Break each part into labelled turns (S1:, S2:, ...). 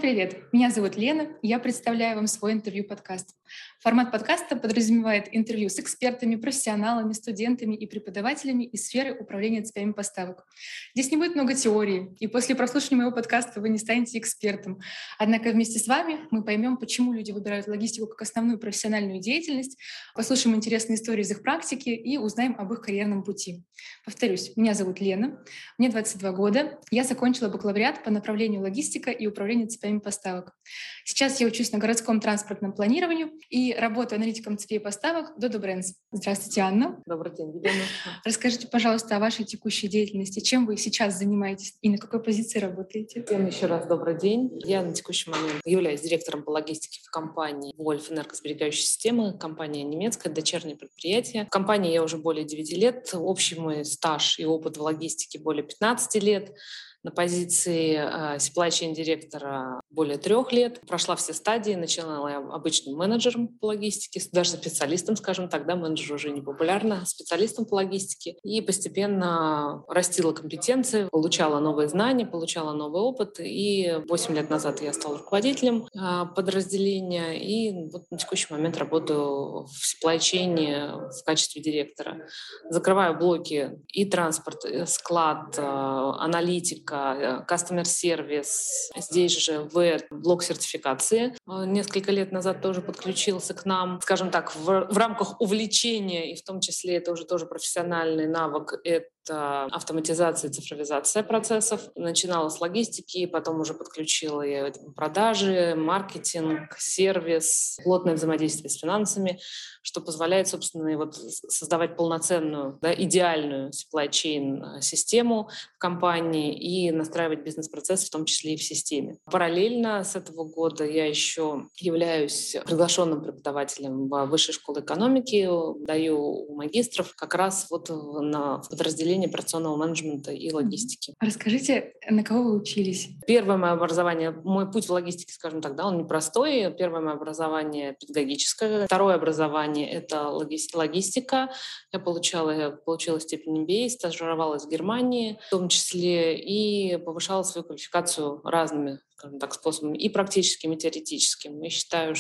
S1: привет! Меня зовут Лена, и я представляю вам свой интервью-подкаст. Формат подкаста подразумевает интервью с экспертами, профессионалами, студентами и преподавателями из сферы управления цепями поставок. Здесь не будет много теории, и после прослушивания моего подкаста вы не станете экспертом. Однако вместе с вами мы поймем, почему люди выбирают логистику как основную профессиональную деятельность, послушаем интересные истории из их практики и узнаем об их карьерном пути. Повторюсь, меня зовут Лена, мне 22 года, я закончила бакалавриат по направлению логистика и управление цепями поставок. Сейчас я учусь на городском транспортном планировании и работаю аналитиком цепей поставок Dodo Brands. Здравствуйте, Анна.
S2: Добрый день, Елена.
S1: Расскажите, пожалуйста, о вашей текущей деятельности. Чем вы сейчас занимаетесь и на какой позиции работаете?
S2: Всем еще раз добрый день. Я на текущий момент являюсь директором по логистике в компании Wolf энергосберегающие системы. Компания немецкая, дочернее предприятие. В компании я уже более 9 лет. Общий мой стаж и опыт в логистике более 15 лет. На позиции supply chain директора более 3 лет. Прошла все стадии. Начинала я обычным менеджером по логистике, даже специалистом, скажем так, да, менеджер уже не популярно, специалистом по логистике. И постепенно растила компетенции, получала новые знания, получала новый опыт. И 8 лет назад я стала руководителем подразделения. И вот на текущий момент работаю в supply chain в качестве директора. Закрываю блоки и транспорт, и склад, аналитика, customer сервис, здесь же блок сертификации. Несколько лет назад тоже подключился к нам, скажем так, в рамках увлечения, и в том числе это уже тоже профессиональный навык, это автоматизация и цифровизация процессов. Начинала с логистики, потом уже подключила я продажи, маркетинг, сервис, плотное взаимодействие с финансами, что позволяет, собственно, вот создавать полноценную, да, идеальную supply chain систему в компании и настраивать бизнес-процесс, в том числе и в системе. Параллельно с этого года я еще являюсь приглашенным преподавателем в Высшей школе экономики, даю магистров как раз вот на подразделение операционного менеджмента и логистики.
S1: Расскажите, на кого вы учились?
S2: Первое мое образование, мой путь в логистике, скажем так, да, он непростой. Первое мое образование педагогическое. Второе образование — это логистика. Я получила степень MBA, стажировалась в Германии, в том числе, и повышала свою квалификацию разными, скажем так, способами, и практическим, и теоретическим. Я считаю,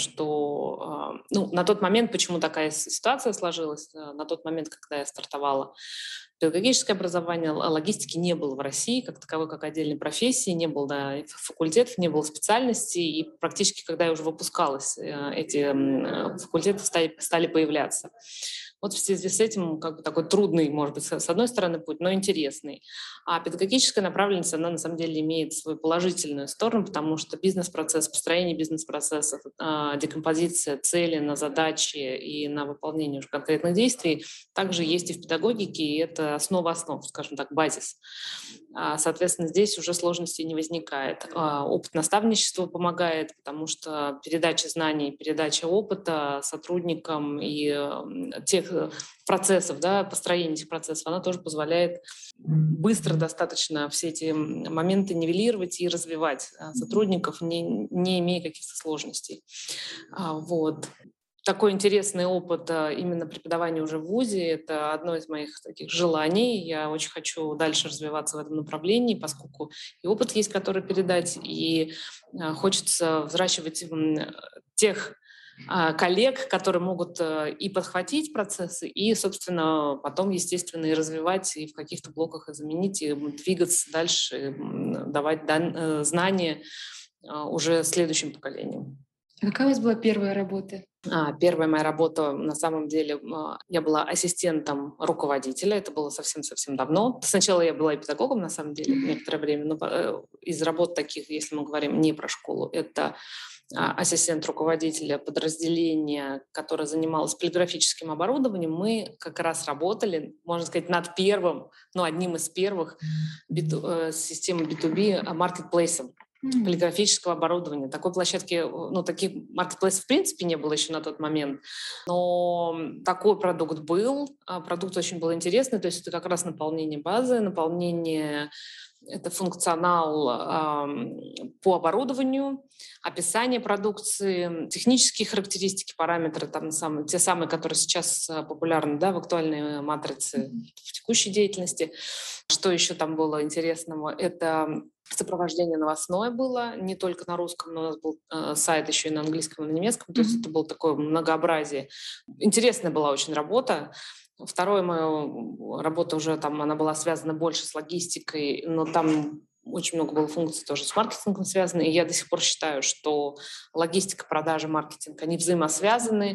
S2: что на тот момент, почему такая ситуация сложилась, на тот момент, когда я стартовала педагогическое образование, логистики не было в России как таковой, как отдельной профессии, не было, да, факультетов, не было специальностей, и практически, когда я уже выпускалась, эти факультеты стали появляться. Вот в связи с этим как бы такой трудный, может быть, с одной стороны путь, но интересный. А педагогическая направленность, она на самом деле имеет свою положительную сторону, потому что бизнес-процесс, построение бизнес-процессов, декомпозиция цели на задачи и на выполнение уже конкретных действий также есть и в педагогике, и это основа основ, скажем так, базис. Соответственно, здесь уже сложностей не возникает. Опыт наставничества помогает, потому что передача знаний, передача опыта сотрудникам и тех процессов, да, построение этих процессов, она тоже позволяет быстро достаточно все эти моменты нивелировать и развивать сотрудников, не имея каких-то сложностей. Вот. Такой интересный опыт именно преподавания уже в ВУЗе. Это одно из моих таких желаний. Я очень хочу дальше развиваться в этом направлении, поскольку и опыт есть, который передать, и хочется взращивать тех коллег, которые могут и подхватить процессы, и, собственно, потом, естественно, и развивать, и в каких-то блоках и заменить, и двигаться дальше, давать знания уже следующим поколениям.
S1: Какая у вас была первая работа?
S2: Первая моя работа, на самом деле, я была ассистентом руководителя, это было совсем-совсем давно. Сначала я была и педагогом, на самом деле, некоторое время, но из работ таких, если мы говорим не про школу, это ассистент руководителя подразделения, которое занималось полиграфическим оборудованием. Мы как раз работали, можно сказать, над первым, одним из первых системы B2B маркетплейсом полиграфического оборудования. Такой площадки, таких маркетплейсов в принципе не было еще на тот момент, но такой продукт был. Продукт очень был интересный, то есть это как раз наполнение базы, это функционал по оборудованию, описание продукции, технические характеристики, параметры, те самые, которые сейчас популярны, да, в актуальной матрице в текущей деятельности. Что еще там было интересного? Это Сопровождение новостное было, не только на русском, но у нас был сайт еще и на английском, и на немецком, то есть это было такое многообразие. Интересная была очень работа. Второе, моя работа уже там, она была связана больше с логистикой, но там очень много было функций тоже с маркетингом связаны, и я до сих пор считаю, что логистика, продажи, маркетинг, они взаимосвязаны,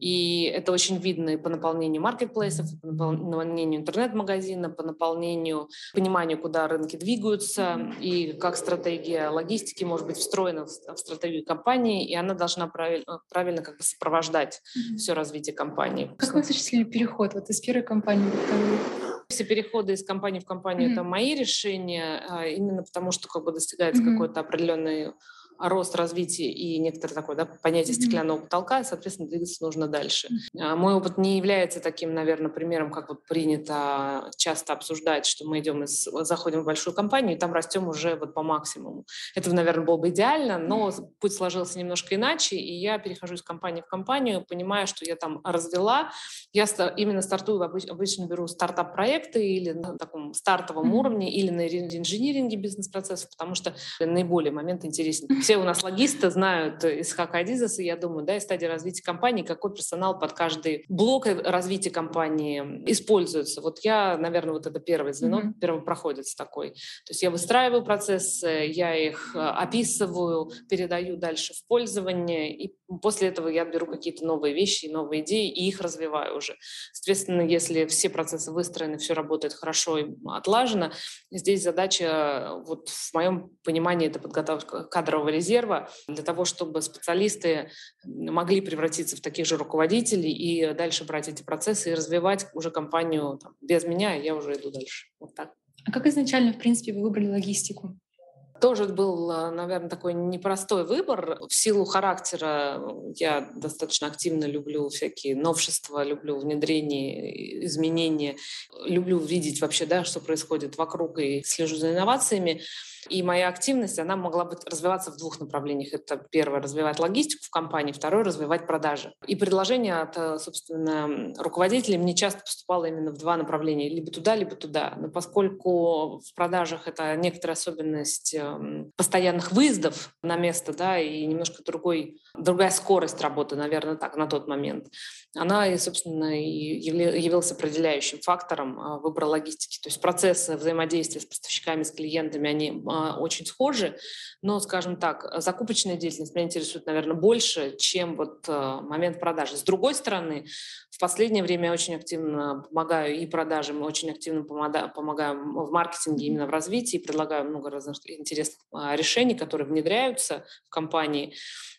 S2: и это очень видно и по наполнению маркетплейсов, и по наполнению интернет-магазина, по наполнению, пониманию, куда рынки двигаются, и как стратегия логистики может быть встроена в стратегию компании, и она должна правильно как бы сопровождать все развитие компании.
S1: Как вы осуществили переход вот из первой компании во вторую?
S2: Все переходы из компании в компанию это мои решения, именно потому что как бы достигается какой-то определенный рост, развитие и некоторое такое понятие стеклянного потолка, и, соответственно, двигаться нужно дальше. Мой опыт не является таким, наверное, примером, как вот принято часто обсуждать, что мы заходим в большую компанию и там растем уже вот по максимуму. Это, наверное, было бы идеально, но путь сложился немножко иначе, и я перехожу из компании в компанию, понимая, что я там развела. Я именно стартую, обычно беру стартап-проекты или на таком стартовом уровне, или на инжиниринге бизнес-процессов, потому что наиболее момент интересен. Все у нас логисты знают Исхака Адизеса, я думаю, из стадии развития компании, какой персонал под каждый блок развития компании используется. Вот я, наверное, вот это первое звено, первопроходец такой. То есть я выстраиваю процессы, я их описываю, передаю дальше в пользование, и после этого я беру какие-то новые вещи, новые идеи и их развиваю уже. Соответственно, если все процессы выстроены, все работает хорошо и отлажено, здесь задача, вот в моем понимании, это подготовка кадрового резерва для того, чтобы специалисты могли превратиться в таких же руководителей и дальше брать эти процессы и развивать уже компанию без меня, и я уже иду дальше. Вот так.
S1: А как изначально, в принципе, вы выбрали логистику?
S2: Тоже был, наверное, такой непростой выбор. В силу характера я достаточно активно люблю всякие новшества, люблю внедрение, изменения, люблю видеть вообще, что происходит вокруг, и слежу за инновациями. И моя активность, она могла бы развиваться в двух направлениях. Это первое — развивать логистику в компании, второе — развивать продажи. И предложение от, собственно, руководителей мне часто поступало именно в два направления. Либо туда, либо туда. Но поскольку в продажах это некоторая особенность постоянных выездов на место, и немножко другая скорость работы, наверное, так, на тот момент, она, и, собственно, и явилась определяющим фактором выбора логистики. То есть процессы взаимодействия с поставщиками, с клиентами, они очень схожи, но, скажем так, закупочная деятельность меня интересует, наверное, больше, чем вот момент продажи. С другой стороны, в последнее время я очень активно помогаю и продажам, очень активно помогаю в маркетинге, именно в развитии, предлагаю много разных интересных решений, которые внедряются в компании.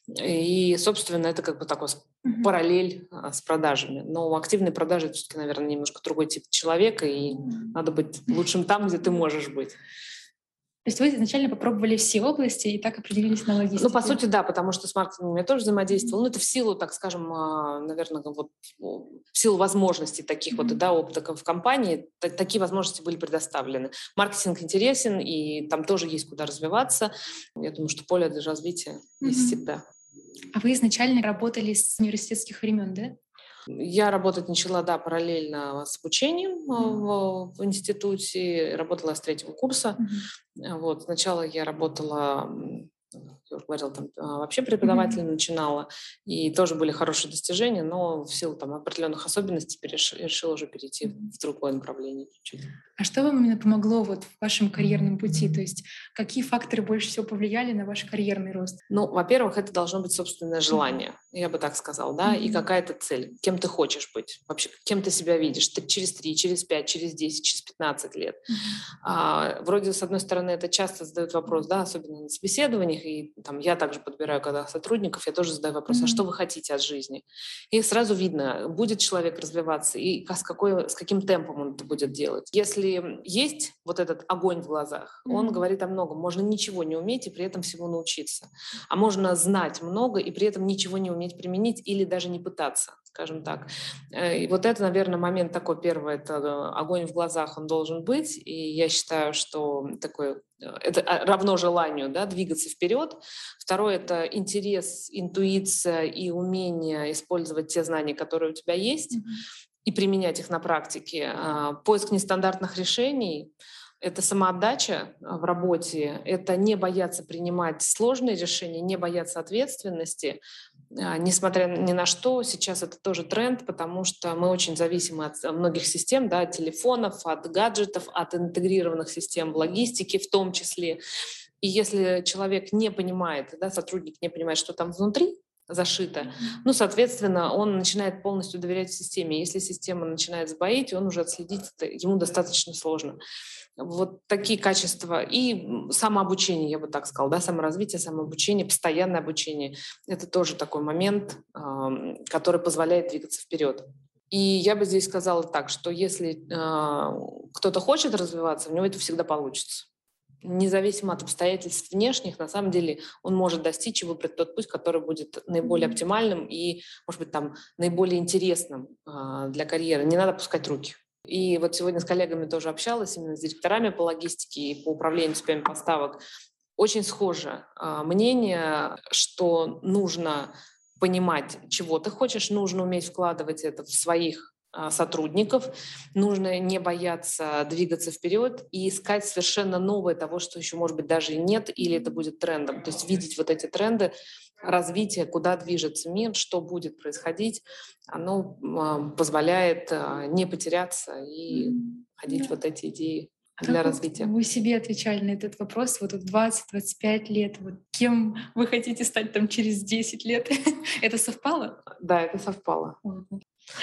S2: И, собственно, это как бы такой параллель с продажами. Но активные продажи — это все-таки, наверное, немножко другой тип человека, и надо быть лучшим там, где ты можешь быть.
S1: То есть вы изначально попробовали все области и так определились на логистике?
S2: По сути, да, потому что с маркетингом я тоже взаимодействовала. Это в силу, так скажем, наверное, вот в силу возможностей таких опыта в компании, такие возможности были предоставлены. Маркетинг интересен, и там тоже есть куда развиваться. Я думаю, что поле для развития есть всегда.
S1: А вы изначально работали с университетских времен, да?
S2: Я работать начала, параллельно с обучением в институте. Работала с 3-го курса. Вот. Сначала я работала, я уже говорила, там вообще преподавателем начинала, и тоже были хорошие достижения, но в силу определенных особенностей решила уже перейти в другое направление чуть-чуть.
S1: А что вам именно помогло вот в вашем карьерном пути? То есть какие факторы больше всего повлияли на ваш карьерный рост?
S2: Во-первых, это должно быть собственное желание, я бы так сказала, и какая-то цель. Кем ты хочешь быть? Вообще, кем ты себя видишь? Ты через 3, через 5, через 10, через 15 лет. Вроде, с одной стороны, это часто задают вопрос, особенно на собеседованиях, и я также подбираю, когда сотрудников, я тоже задаю вопрос, а что вы хотите от жизни? И сразу видно, будет человек развиваться, и с каким темпом он это будет делать. Если есть вот этот огонь в глазах, он говорит о многом. Можно ничего не уметь и при этом всего научиться. А можно знать много и при этом ничего не уметь применить или даже не пытаться, скажем так. И вот это, наверное, момент такой первый, это огонь в глазах, он должен быть. И я считаю, что это равно желанию двигаться вперед. Второе — это интерес, интуиция и умение использовать те знания, которые у тебя есть, и применять их на практике. Поиск нестандартных решений. Это самоотдача в работе, это не бояться принимать сложные решения, не бояться ответственности. Несмотря ни на что, сейчас это тоже тренд, потому что мы очень зависимы от многих систем, да, от телефонов, от гаджетов, от интегрированных систем в логистике в том числе. И если человек не понимает, да, сотрудник не понимает, что там внутри зашито, ну, соответственно, он начинает полностью доверять системе. Если система начинает сбоить, он уже отследить это ему достаточно сложно. Вот такие качества. И самообучение, я бы так сказала, да, саморазвитие, самообучение, постоянное обучение. Это тоже такой момент, который позволяет двигаться вперед. И я бы здесь сказала так, что если кто-то хочет развиваться, у него это всегда получится. Независимо от обстоятельств внешних, на самом деле он может достичь и выбрать тот путь, который будет наиболее оптимальным и, может быть, там, наиболее интересным для карьеры. Не надо пускать руки. И вот сегодня с коллегами тоже общалась, именно с директорами по логистике и по управлению цепями поставок. Очень схоже мнение, что нужно понимать, чего ты хочешь, нужно уметь вкладывать это в своих сотрудников, нужно не бояться двигаться вперед и искать совершенно новое того, что еще, может быть, даже и нет, или это будет трендом. То есть видеть вот эти тренды, развитие, куда движется мир, что будет происходить, оно позволяет не потеряться и ходить вот эти идеи
S1: А
S2: для
S1: как вот
S2: развития.
S1: вы себе отвечали на этот вопрос вот в 20-25 лет? Вот кем вы хотите стать там через 10 лет? Это совпало?
S2: Да, это совпало.
S1: Мгм.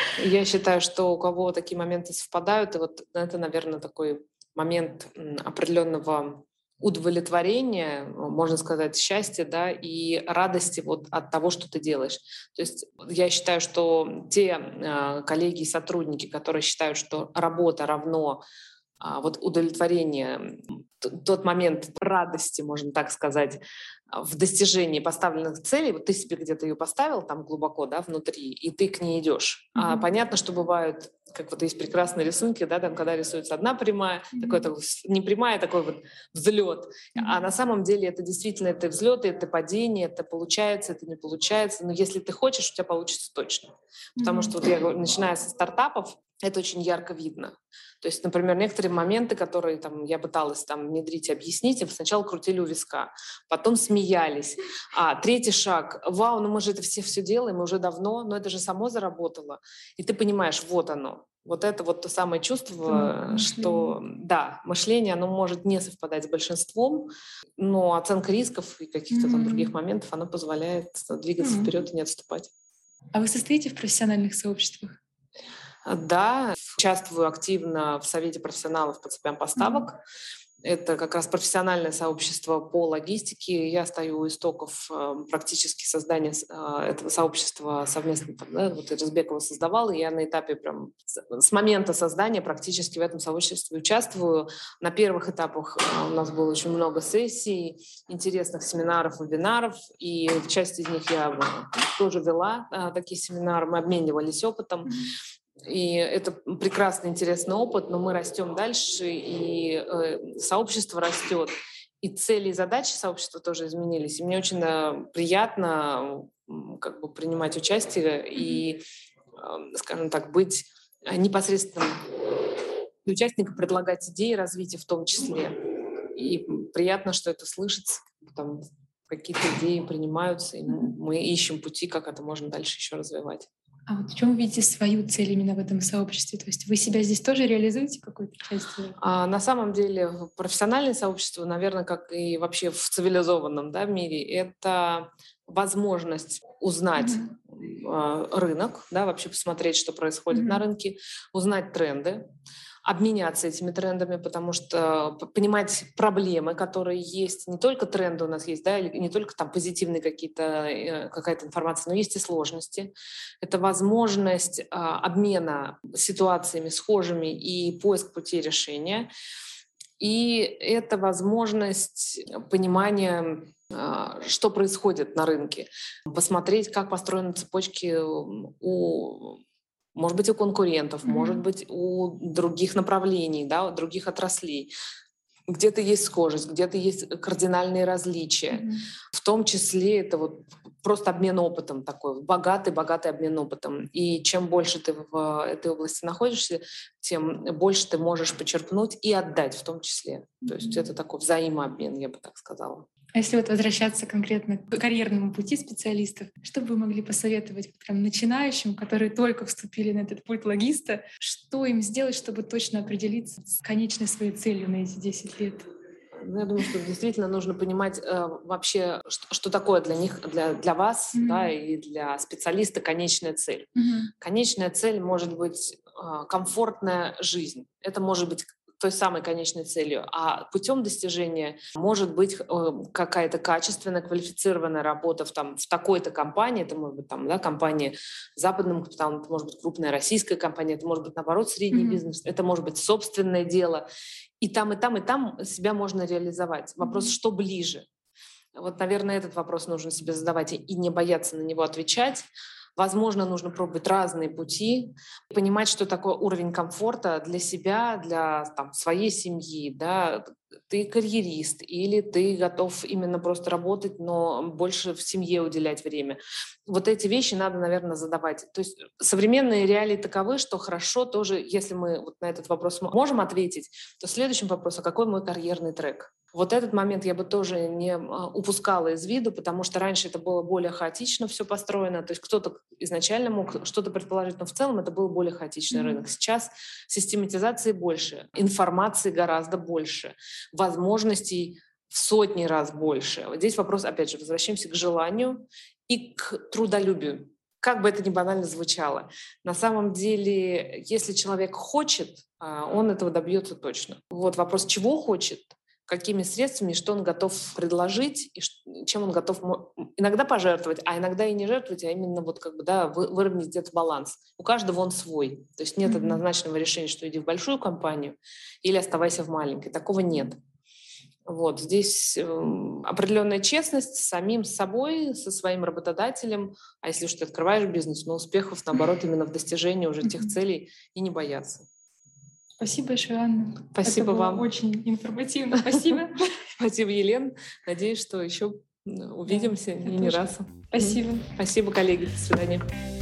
S2: Я считаю, что у кого такие моменты совпадают, и вот это, наверное, такой момент определенного удовлетворения, можно сказать, счастья, да, и радости вот от того, что ты делаешь. То есть я считаю, что те коллеги и сотрудники, которые считают, что работа равно вот удовлетворение, тот момент радости, можно так сказать, в достижении поставленных целей, вот ты себе где-то ее поставил там глубоко, да, внутри, и ты к ней идешь. Понятно, что бывают, как вот есть прекрасные рисунки, да, там, когда рисуется одна прямая, такой не прямая, такой вот взлет. А на самом деле это действительно это взлеты, это падение, это получается, это не получается. Но если ты хочешь, у тебя получится точно. Потому что вот я говорю, начиная со стартапов, это очень ярко видно. То есть, например, некоторые моменты, которые там, я пыталась там, внедрить и объяснить, сначала крутили у виска, потом смеялись. А третий шаг: вау, ну мы же это все делаем, мы уже давно, но это же само заработало. И ты понимаешь, вот оно. Вот это вот то самое чувство, что да, мышление, оно может не совпадать с большинством, но оценка рисков и каких-то там других моментов, оно позволяет двигаться вперед и не отступать.
S1: А вы состоите в профессиональных сообществах?
S2: Да, участвую активно в Совете профессионалов по цепям поставок. Это как раз профессиональное сообщество по логистике. Я стою у истоков практически создания этого сообщества совместно. Там, да, вот Разбек его создавал, и я на этапе прям с момента создания практически в этом сообществе участвую. На первых этапах у нас было очень много сессий, интересных семинаров, вебинаров, и в части из них я тоже вела такие семинары, мы обменивались опытом. И это прекрасный, интересный опыт, но мы растем дальше, и сообщество растет, и цели и задачи сообщества тоже изменились. И мне очень приятно как бы принимать участие и, скажем так, быть непосредственным участником, предлагать идеи развития в том числе. И приятно, что это слышится, потому что какие-то идеи принимаются, и мы ищем пути, как это можно дальше еще развивать.
S1: А вот в чем вы видите свою цель именно в этом сообществе? То есть вы себя здесь тоже реализуете в какой-то части?
S2: На самом деле профессиональное сообщество, наверное, как и вообще в цивилизованном, да, мире, это возможность узнать рынок, да, вообще посмотреть, что происходит на рынке, узнать тренды, обменяться этими трендами, потому что понимать проблемы, которые есть. Не только тренды у нас есть, да, или не только там позитивные какая-то информация, но есть и сложности. Это возможность обмена ситуациями схожими и поиск путей решения. И это возможность понимания, что происходит на рынке, посмотреть, как построены цепочки может быть, у конкурентов, может быть, у других направлений, да, у других отраслей. Где-то есть схожесть, где-то есть кардинальные различия. В том числе это вот просто обмен опытом такой, богатый обмен опытом. И чем больше ты в этой области находишься, тем больше ты можешь почерпнуть и отдать в том числе. То есть это такой взаимообмен, я бы так сказала.
S1: А если вот возвращаться конкретно к карьерному пути специалистов, что бы вы могли посоветовать прям начинающим, которые только вступили на этот путь логиста, что им сделать, чтобы точно определиться с конечной своей целью на эти 10 лет?
S2: Я думаю, что действительно нужно понимать вообще, что такое для них, для вас, да, и для специалиста конечная цель. Конечная цель может быть комфортная жизнь. Это может быть той самой конечной целью. А путем достижения может быть какая-то качественная, квалифицированная работа в такой-то компании. Это может быть компания с западным капиталом, это может быть крупная российская компания, это может быть, наоборот, средний бизнес, это может быть собственное дело. И там себя можно реализовать. Вопрос, что ближе? Вот, наверное, этот вопрос нужно себе задавать и не бояться на него отвечать. Возможно, нужно пробовать разные пути, понимать, что такое уровень комфорта для себя, для своей семьи. Да? Ты карьерист или ты готов именно просто работать, но больше в семье уделять время. Вот эти вещи надо, наверное, задавать. То есть современные реалии таковы, что хорошо тоже, если мы вот на этот вопрос можем ответить, то следующий вопрос, а какой мой карьерный трек? Вот этот момент я бы тоже не упускала из виду, потому что раньше это было более хаотично все построено. То есть кто-то изначально мог что-то предположить, но в целом это был более хаотичный рынок. Сейчас систематизации больше, информации гораздо больше, возможностей в сотни раз больше. Вот здесь вопрос, опять же, возвращаемся к желанию и к трудолюбию. Как бы это ни банально звучало. На самом деле, если человек хочет, он этого добьется точно. Вот вопрос, чего хочет, какими средствами, что он готов предложить, и чем он готов иногда пожертвовать, а иногда и не жертвовать, а именно выровнять где-то баланс. У каждого он свой. То есть нет однозначного решения, что иди в большую компанию или оставайся в маленькой. Такого нет. Вот. Здесь определенная честность с самим собой, со своим работодателем. А если уж ты открываешь бизнес, успехов, наоборот, именно в достижении уже тех целей и не бояться.
S1: Спасибо большое, Анна.
S2: Спасибо вам.
S1: Очень информативно. Спасибо.
S2: Спасибо, Елена. Надеюсь, что еще увидимся и не раз.
S1: Спасибо.
S2: Спасибо, коллеги. До свидания.